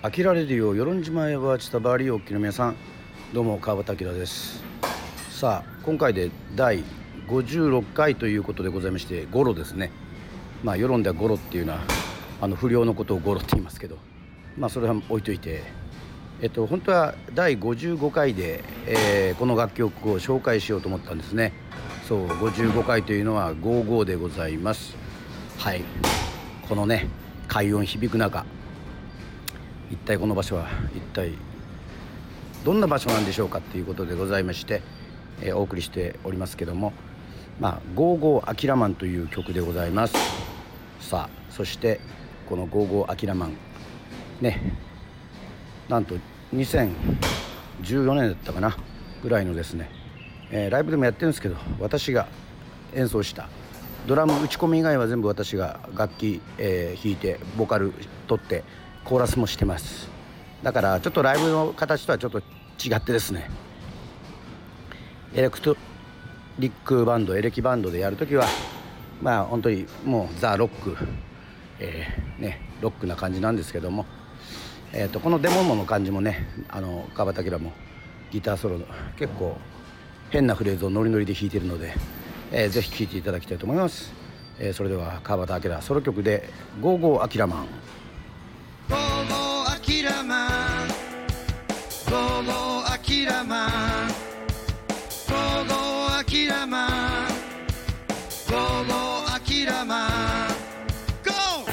アキラレディオ与論島へはチタバーリーお聞きの皆さん、どうも川端明です。さあ、今回で第56回ということでございまして、ゴロですね。世論ではゴロっていうのは不良のことをゴロって言いますけど、それは置いといて、本当は第55回で、この楽曲を紹介しようと思ったんですね。そう、55回というのは55でございます。はい、このね、快音響く中、一体この場所は一体どんな場所なんでしょうかっていうことでございまして、お送りしておりますけども、ゴーゴーアキラマンという曲でございます。さあ、そしてこのゴーゴーアキラマンね、なんと2014年だったかなぐらいのですね、ライブでもやってるんですけど、私が演奏したドラム打ち込み以外は全部私が楽器、弾いてボーカル取ってコーラスもしてます。だからちょっとライブの形とはちょっと違ってですね、エレクトリックバンド、エレキバンドでやるときは本当にもうザ・ロック、ロックな感じなんですけども、このデモの感じもね、川端明もギターソロの結構変なフレーズをノリノリで弾いているので、ぜひ聴いていただきたいと思います。それでは川端明ソロ曲でゴーゴーアキラマン。 ゴーゴーアキラマン、ゴーゴーアキラマン、ゴーゴーアキラマン、ゴーゴーアキラマン、ゴー。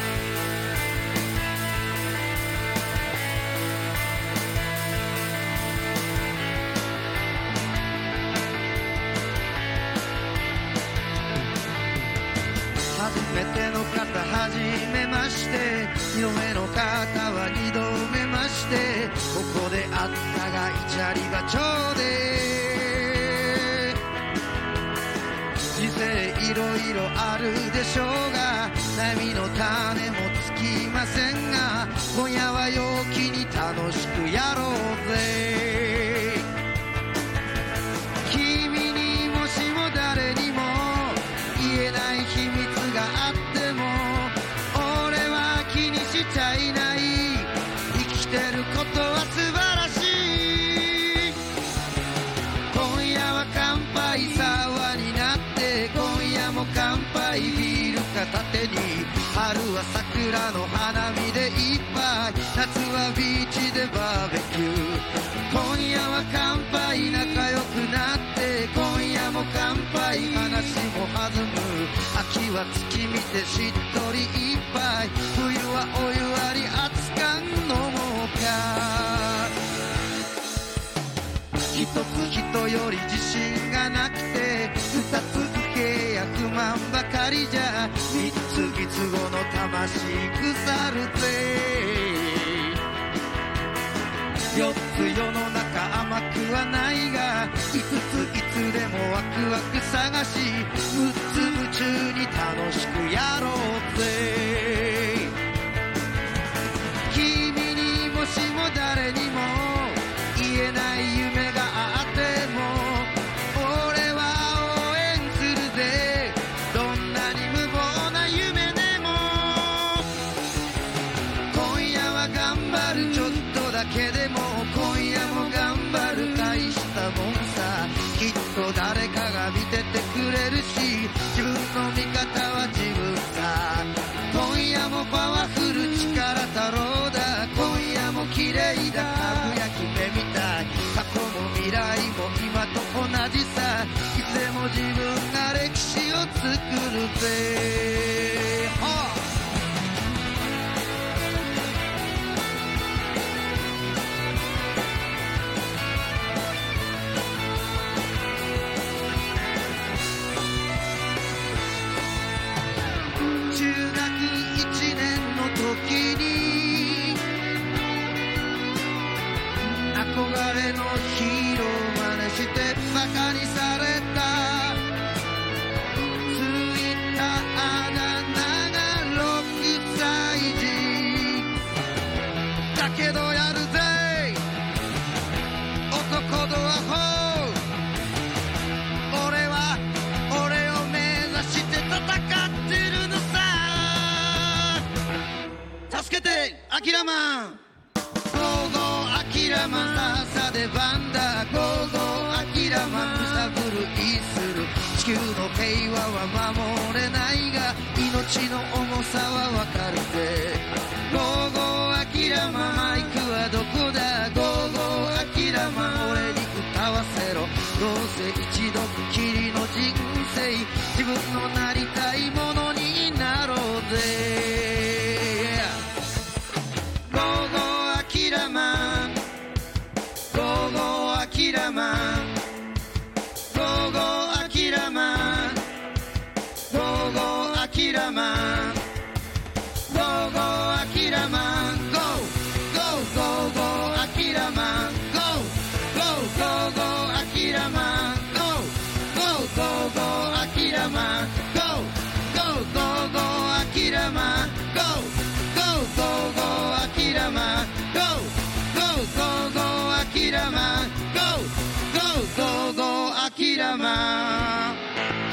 初めての方はじめまして、2度目の方は2度目まして、ここであったがイチャリバチョウで、人生いろいろあるでしょうが、悩みの種もつきませんが、今夜は陽気に楽しくやろうぜ。君にもしも誰にも言えない秘密があっても、俺は気にしちゃいない。生きてることは素晴らしい。今夜は乾杯サワーになって、今夜も乾杯ビール片手に、春は桜の花見でいっぱい、夏はビーチでバーベキュー。今夜は乾杯仲良くなって、今夜も乾杯話も弾む。秋は月見てしっとりいっぱい、冬はお湯割り熱燗飲もうか。一つ人より自信がなくて、二つ不平や不満ばかりじゃ、三つ三つ子の魂腐るぜ。四つ世の中甘くはないが、五ついつでもワクワク探し、六つ夢中に楽しくやろうぜ。君にもしも誰にも言えない夢があっても、俺は応援するぜ。どんなに無謀な夢でも、今夜は頑張る、ちょっとだけでも。今夜も頑張る、大したもんさ。きっと誰かが見ててくれるし、自分の味方は自分さ。今夜もパワフル力太郎だ。今夜も綺麗だ、かぐや姫みたい。過去も未来も今と同じさ。いつでも自分が歴史を作るぜ。はあ。中学1年の時に憧れのヒーロー真似してバカにされた。ついたあだ名が6歳児だけどやるぜ、男ドアホー。俺を目指して戦ってるのさ。助けてアキラマン。 キラマンさあさでバンダゴーゴーアキラマン揺さぶるイする地球の平和は守れないが命の重さはわかるぜゴーゴーアキラマンマイクはどこだゴーゴーアキラマン俺に歌わせろどうせ一度きりの人生自分のなりたいものになろうぜゴーゴーアキラマンゴーゴーアキラマンゴーゴーアキラマンゴーゴーアキラマンゴーゴーアキラマンゴーゴーゴーゴーアキラマンゴーゴーゴーゴーアキラマンゴーゴーゴーゴーアキラマンゴーゴーゴーゴーアキラマンゴーゴーゴーゴーアキラマンゴーゴーゴーゴーアキラマンゴーゴーゴーゴーアキラマン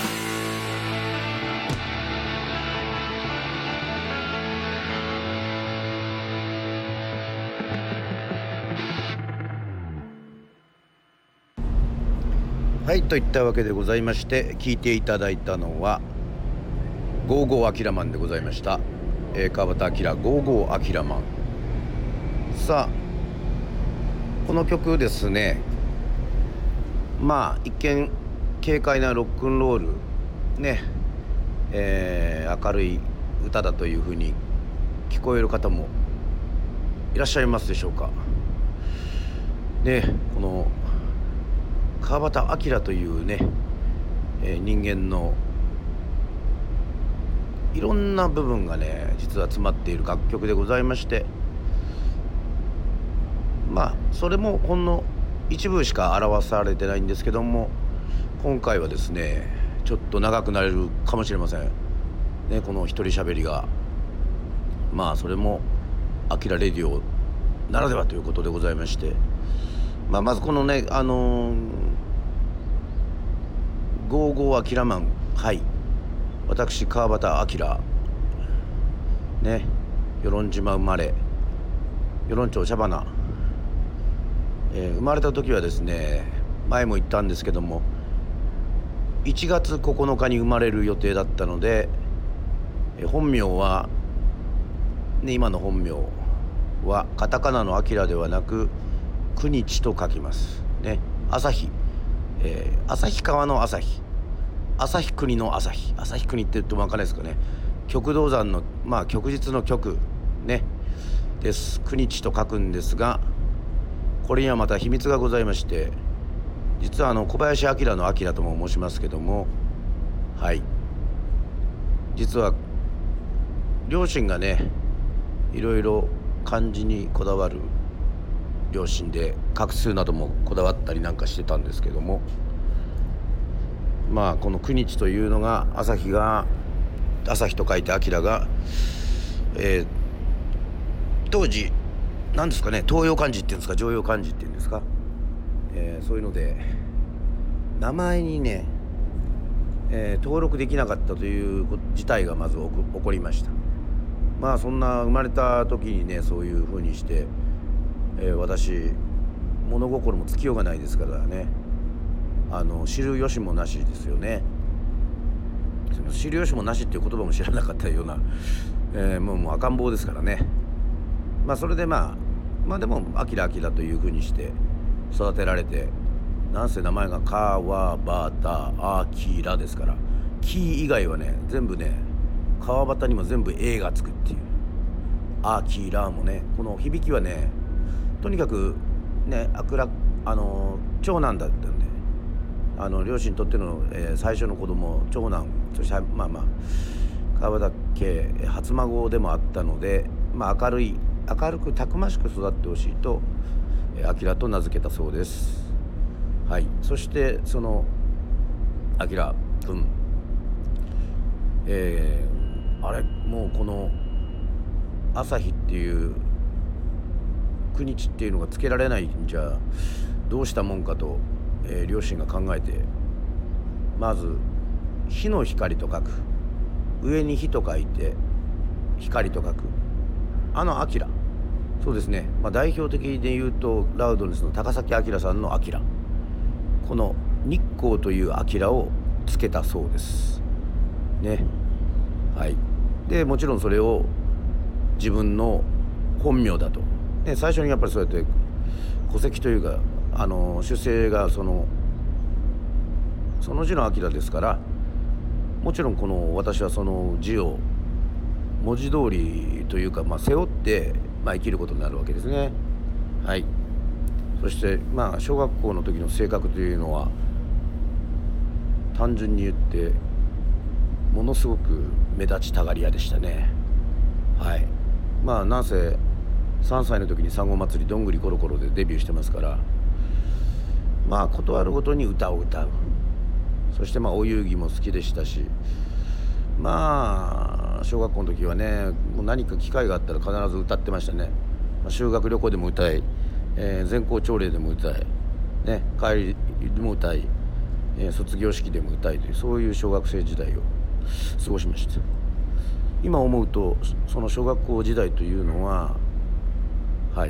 はい、といったわけでございまして、聞いていただいたのはゴーゴーアキラマンでございました。川端明ゴーゴーアキラマン。さあこの曲ですね、まあ一見軽快なロックンロールね、明るい歌だというふうに聞こえる方もいらっしゃいますでしょうかね。この川端明というね、人間のいろんな部分がね実は詰まっている楽曲でございまして、まあそれもほんの一部しか表されてないんですけども、今回はですねちょっと長くなれるかもしれませんね、この一人喋りが。まあそれもアキラレディオならではということでございまして、まずこのねゴーゴーアキラマン、はい、私川端明ね、与論島生まれ、与論町茶花、生まれた時はですね、前も言ったんですけども1月9日に生まれる予定だったので、本名は、ね、今の本名はカタカナの明ではなく国地と書きますね。旭、旭川の旭、旭国の旭、旭国って言っても分かんないですかね。極道山の旭日の極ねです。国地と書くんですが、これにはまた秘密がございまして、実は小林明の明とも申しますけども、はい、実は両親がねいろいろ漢字にこだわる両親で、画数などもこだわったりなんかしてたんですけども、この国地というのが朝日と書いて明が、当時何ですかね、東洋漢字っていうんですか常用漢字っていうんですか、そういうので名前にね、登録できなかったという事態がまず起こりました。そんな生まれた時にねそういう風にして、私物心もつきようがないですからね、知る由もなしですよね。知る由もなしっていう言葉も知らなかったような、もう赤ん坊ですからね。それででも明というふうにして育てられて、なんせ名前が川端明ですから、木以外はね全部ね川端にも全部 A がつくっていう、明もねこの響きはねとにかくね長男だったんで、両親にとっての、最初の子供長男、そして川端家初孫でもあったので、明るくたくましく育ってほしいと明と名付けたそうです。はい、そしてその明君、もうこの朝日っていう国地っていうのがつけられないんじゃどうしたもんかと、両親が考えて、まず火の光と書く、上に火と書いて光と書く明そうですね、代表的で言うとラウドネスの高崎明さんの明、この日光という明をつけたそうですね。はい。でもちろんそれを自分の本名だと、で最初にやっぱりそうやって戸籍というか出生がその字の明ですから、もちろん私はその字を文字通りというか、背負って、生きることになるわけですね。はい。そして小学校の時の性格というのは単純に言ってものすごく目立ちたがり屋でしたね。はい。なんせ3歳の時に産後祭りどんぐりコロコロでデビューしてますから、ことあるごとに歌を歌う。そしてお遊戯も好きでしたし、小学校の時はね、もう何か機会があったら必ず歌ってましたね。修学旅行でも歌い、全校朝礼でも歌い、ね、帰りでも歌い、卒業式でも歌いという、そういう小学生時代を過ごしました。今思うとその小学校時代というのは、はい、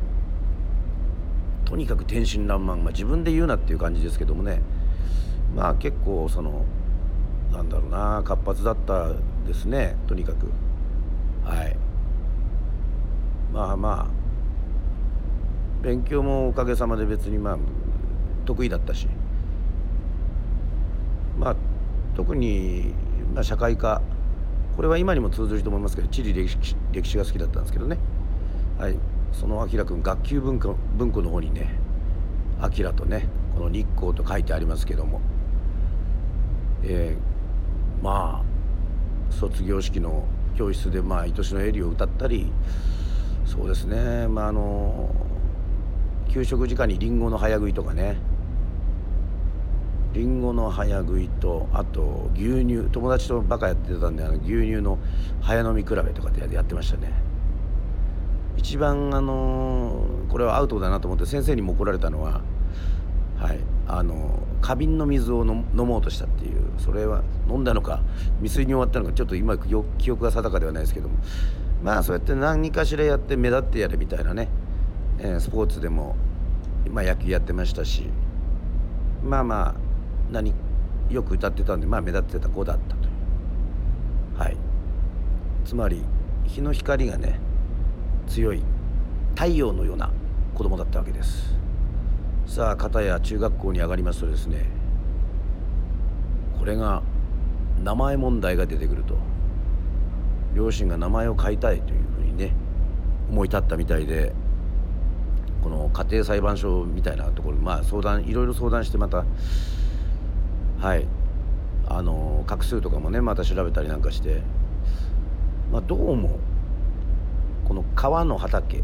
とにかく天真爛漫、自分で言うなっていう感じですけどもね、結構活発だったですね、とにかく。はい。勉強もおかげさまで別に得意だったし、特に社会科、これは今にも通ずると思いますけど、地理歴史が好きだったんですけどね。はい。その明君、学級文庫の方にね、明とね、この日光と書いてありますけども、卒業式の教室で愛しのエリを歌ったり、そうですね、給食時間にリンゴの早食いとかね、リンゴの早食いと、あと牛乳、友達とバカやってたんで牛乳の早飲み比べとかってやってましたね。一番これはアウトだなと思って先生にも怒られたのは、はい、花瓶の水を飲もうとしたっていう、それは飲んだのか未遂に終わったのかちょっと今記憶が定かではないですけども、そうやって何かしらやって目立ってやれみたいなね、スポーツでも野球やってましたし、よく歌ってたんで目立ってた子だったという、はい、つまり日の光がね強い太陽のような子供だったわけです。さあ片や中学校に上がりますとですね、これが名前問題が出てくると、両親が名前を変えたいというふうにね思い立ったみたいで、この家庭裁判所みたいなところいろいろ相談して、またはい画数とかもねまた調べたりなんかして、どうもこの川の畑、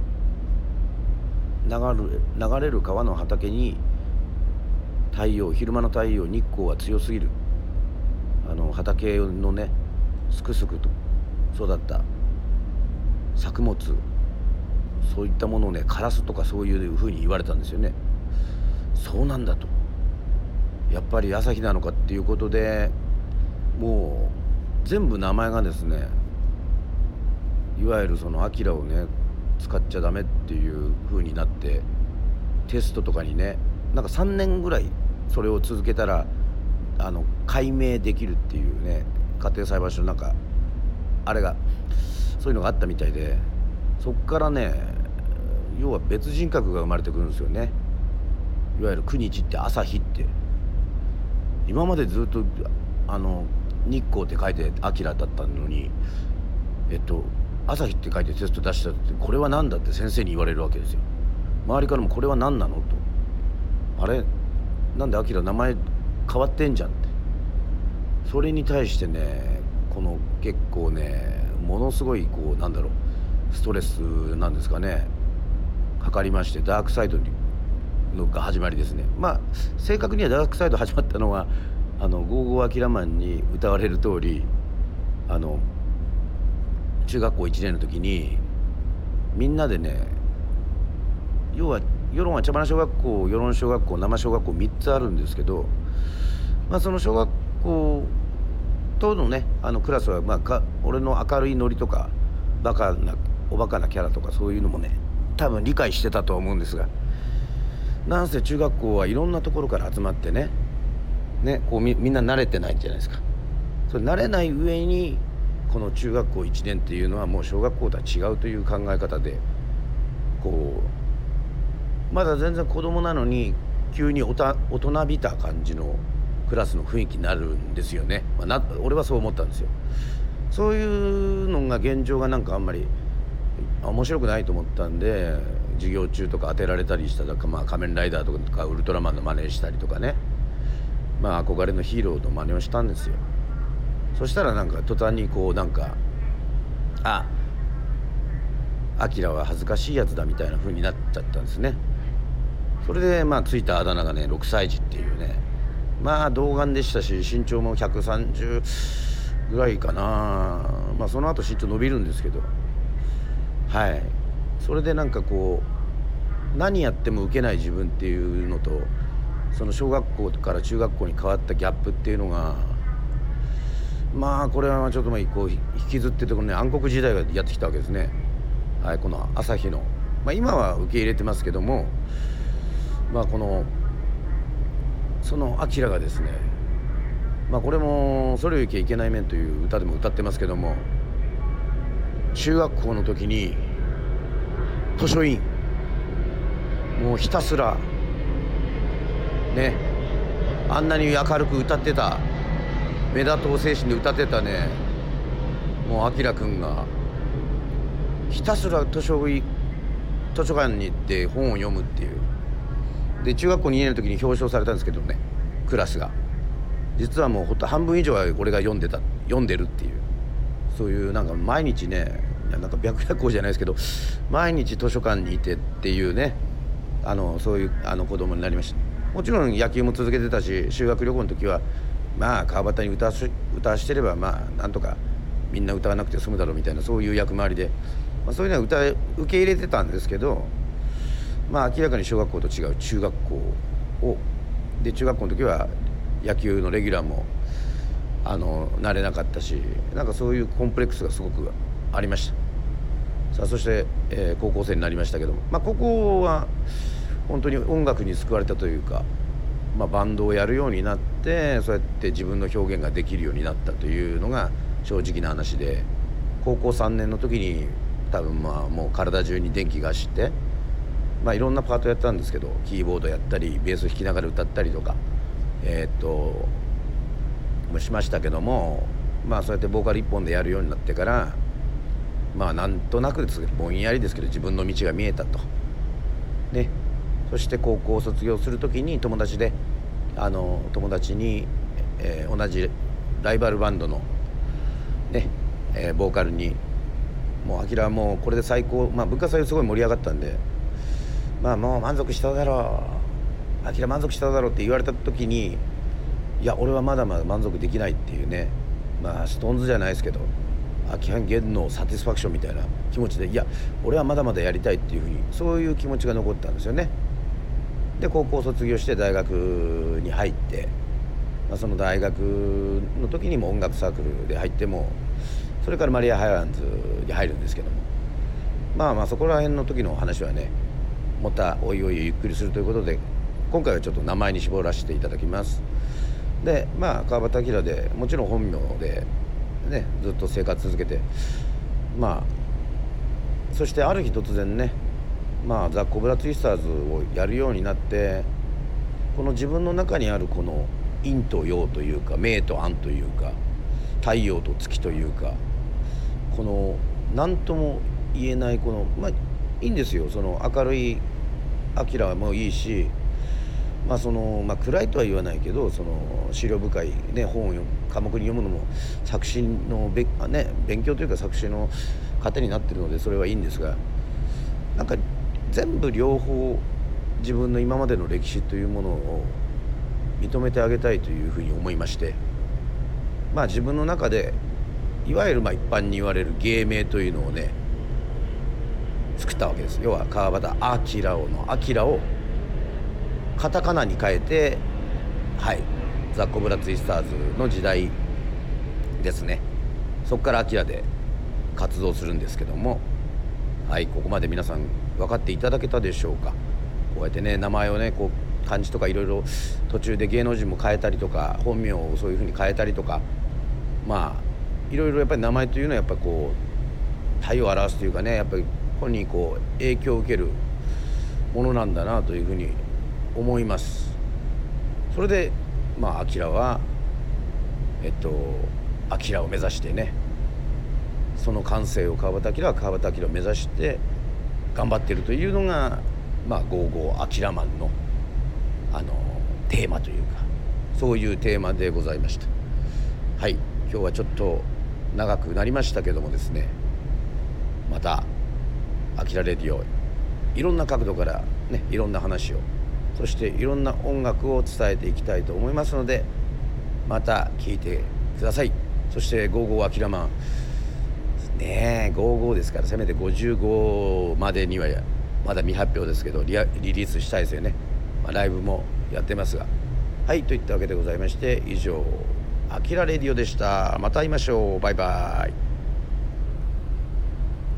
流れる川の畑に昼間の太陽日光は強すぎる、畑のねすくすくと育った作物、そういったものをね枯らすとかそういうふうに言われたんですよね。そうなんだと、やっぱり朝日なのかっていうことで、もう全部名前がですね、いわゆるそのアキラをね使っちゃダメっていう風になって、テストとかにね3年ぐらいそれを続けたら解明できるっていうね、家庭裁判所あれがそういうのがあったみたいで、そっからね要は別人格が生まれてくるんですよね。いわゆる9日って朝日って、今までずっと日光って書いてアキラだったのに、朝日って書いてテスト出したって、これは何だって先生に言われるわけですよ。周りからもこれは何なのと、あれなんでアキラ名前変わってんじゃんって、それに対してね結構ねものすごいストレスなんですかねかかりまして、ダークサイドが始まりですね。正確にはダークサイド始まったのはゴーゴーアキラマンに歌われる通り、中学校1年の時にみんなでね、要は与論は茶花小学校、与論小学校、生小学校3つあるんですけど、その小学校とのねクラスは俺の明るいノリとかバカなおバカなキャラとかそういうのもね多分理解してたとは思うんですが、なんせ中学校はいろんなところから集まってねこうみんな慣れてないんじゃないですか。それ慣れない上にこの中学校1年っていうのはもう小学校とは違うという考え方で、こうまだ全然子供なのに急に大人びた感じのクラスの雰囲気になるんですよね。俺はそう思ったんですよ。そういうのが現状がなんかあんまり面白くないと思ったんで、授業中とか当てられたりしたら、仮面ライダーとかウルトラマンの真似したりとかね、憧れのヒーローの真似をしたんですよ。そしたらなんか途端にこうなんかアキラは恥ずかしいやつだみたいな風になっちゃったんですね。それでついたあだ名がね6歳児っていうね、童顔でしたし身長も130ぐらいかな。その後身長伸びるんですけど、それでなんかこう何やっても受けない自分っていうのと、その小学校から中学校に変わったギャップっていうのがこれはちょっとこう引きずっててね、暗黒時代がやってきたわけですね。この朝日の、今は受け入れてますけども、そのアキラがですね、これも「それを行けいけない面」という歌でも歌ってますけども、中学校の時に図書委員もうひたすらね、あんなに明るく歌ってた、目立とう精神で歌ってたね、もうアキラくんがひたすら図書館に行って本を読むっていう。で中学校2年の時に表彰されたんですけどね、クラスが実はもう半分以上は俺が読んでるっていう、そういうなんか毎日ね、なんか白夜行じゃないですけど毎日図書館にいてっていうね、そういう子供になりました。もちろん野球も続けてたし、修学旅行の時は川端に歌わしてればなんとかみんな歌わなくて済むだろうみたいな、そういう役回りで、そういうのは受け入れてたんですけど、明らかに小学校と違う中学校をで、中学校の時は野球のレギュラーもなれなかったし、なんかそういうコンプレックスがすごくありました。さあそして、高校生になりましたけども、高校は本当に音楽に救われたというか、バンドをやるようになって、そうやって自分の表現ができるようになったというのが正直な話で、高校3年の時に多分もう体中に電気が走って、いろんなパートやったんですけど、キーボードやったりベース弾きながら歌ったりとかもしましたけども、そうやってボーカル一本でやるようになってから、なんとなくですけどぼんやりですけど自分の道が見えたとね。そして高校を卒業する時に友達に、同じライバルバンドのね、ボーカルにもうアキラはもうこれで最高、文化祭すごい盛り上がったんで、もう満足しただろう、アキラ満足しただろうって言われた時に、いや俺はまだまだ満足できないっていうね、ストーンズじゃないですけどアキハンゲンのサティスファクションみたいな気持ちで、いや俺はまだまだやりたいっていうふうに、そういう気持ちが残ったんですよね。で高校卒業して大学に入って、その大学の時にも音楽サークルで入っても、それからマリア・ハイランズに入るんですけども、そこら辺の時の話はね、またおいおいゆっくりするということで、今回はちょっと名前に絞らせていただきます。で川端明でもちろん本名でねずっと生活続けて、そしてある日突然ね、ザ・コブラツイスターズをやるようになって、この自分の中にあるこの陰と陽というか、明と暗というか、太陽と月というか、この何とも言えないこのいいんですよ、その明るいアキラもいいし、暗いとは言わないけど、その資料深い、本を科目に読むのも作詞の勉強というか作詞の糧になってるのでそれはいいんですが、なんか全部両方自分の今までの歴史というものを認めてあげたいというふうに思いまして、自分の中でいわゆる一般に言われる芸名というのをね作ったわけです。要は川端明の明をカタカナに変えて、ザ・コブラツイスターズの時代ですね。そこから明で活動するんですけども、 はい、ここまで皆さん分かっていただけたでしょうか。こうやってね名前をねこう漢字とかいろいろ途中で芸能人も変えたりとか本名をそういうふうに変えたりとか、まあいろいろやっぱり名前というのはやっぱりこう体を表すというかね、やっぱり本人にこう影響を受けるものなんだなというふうに思います。それでまあアキラはアキラを目指してね、その感性を川端明は川端明を目指して頑張っているというのがまあ55アキラマンのテーマというか、そういうテーマでございました。はい、今日はちょっと長くなりましたけどもですね、またアキラレディオいろんな角度からねいろんな話を、そしていろんな音楽を伝えていきたいと思いますので、また聞いてください。そして55アキラマンねえ55ですから、せめて55までにはまだ未発表ですけどリリースしたいですよね。ライブもやってますが、はいといったわけでございまして、以上アキラレディオでした。また会いましょう。バイバイ。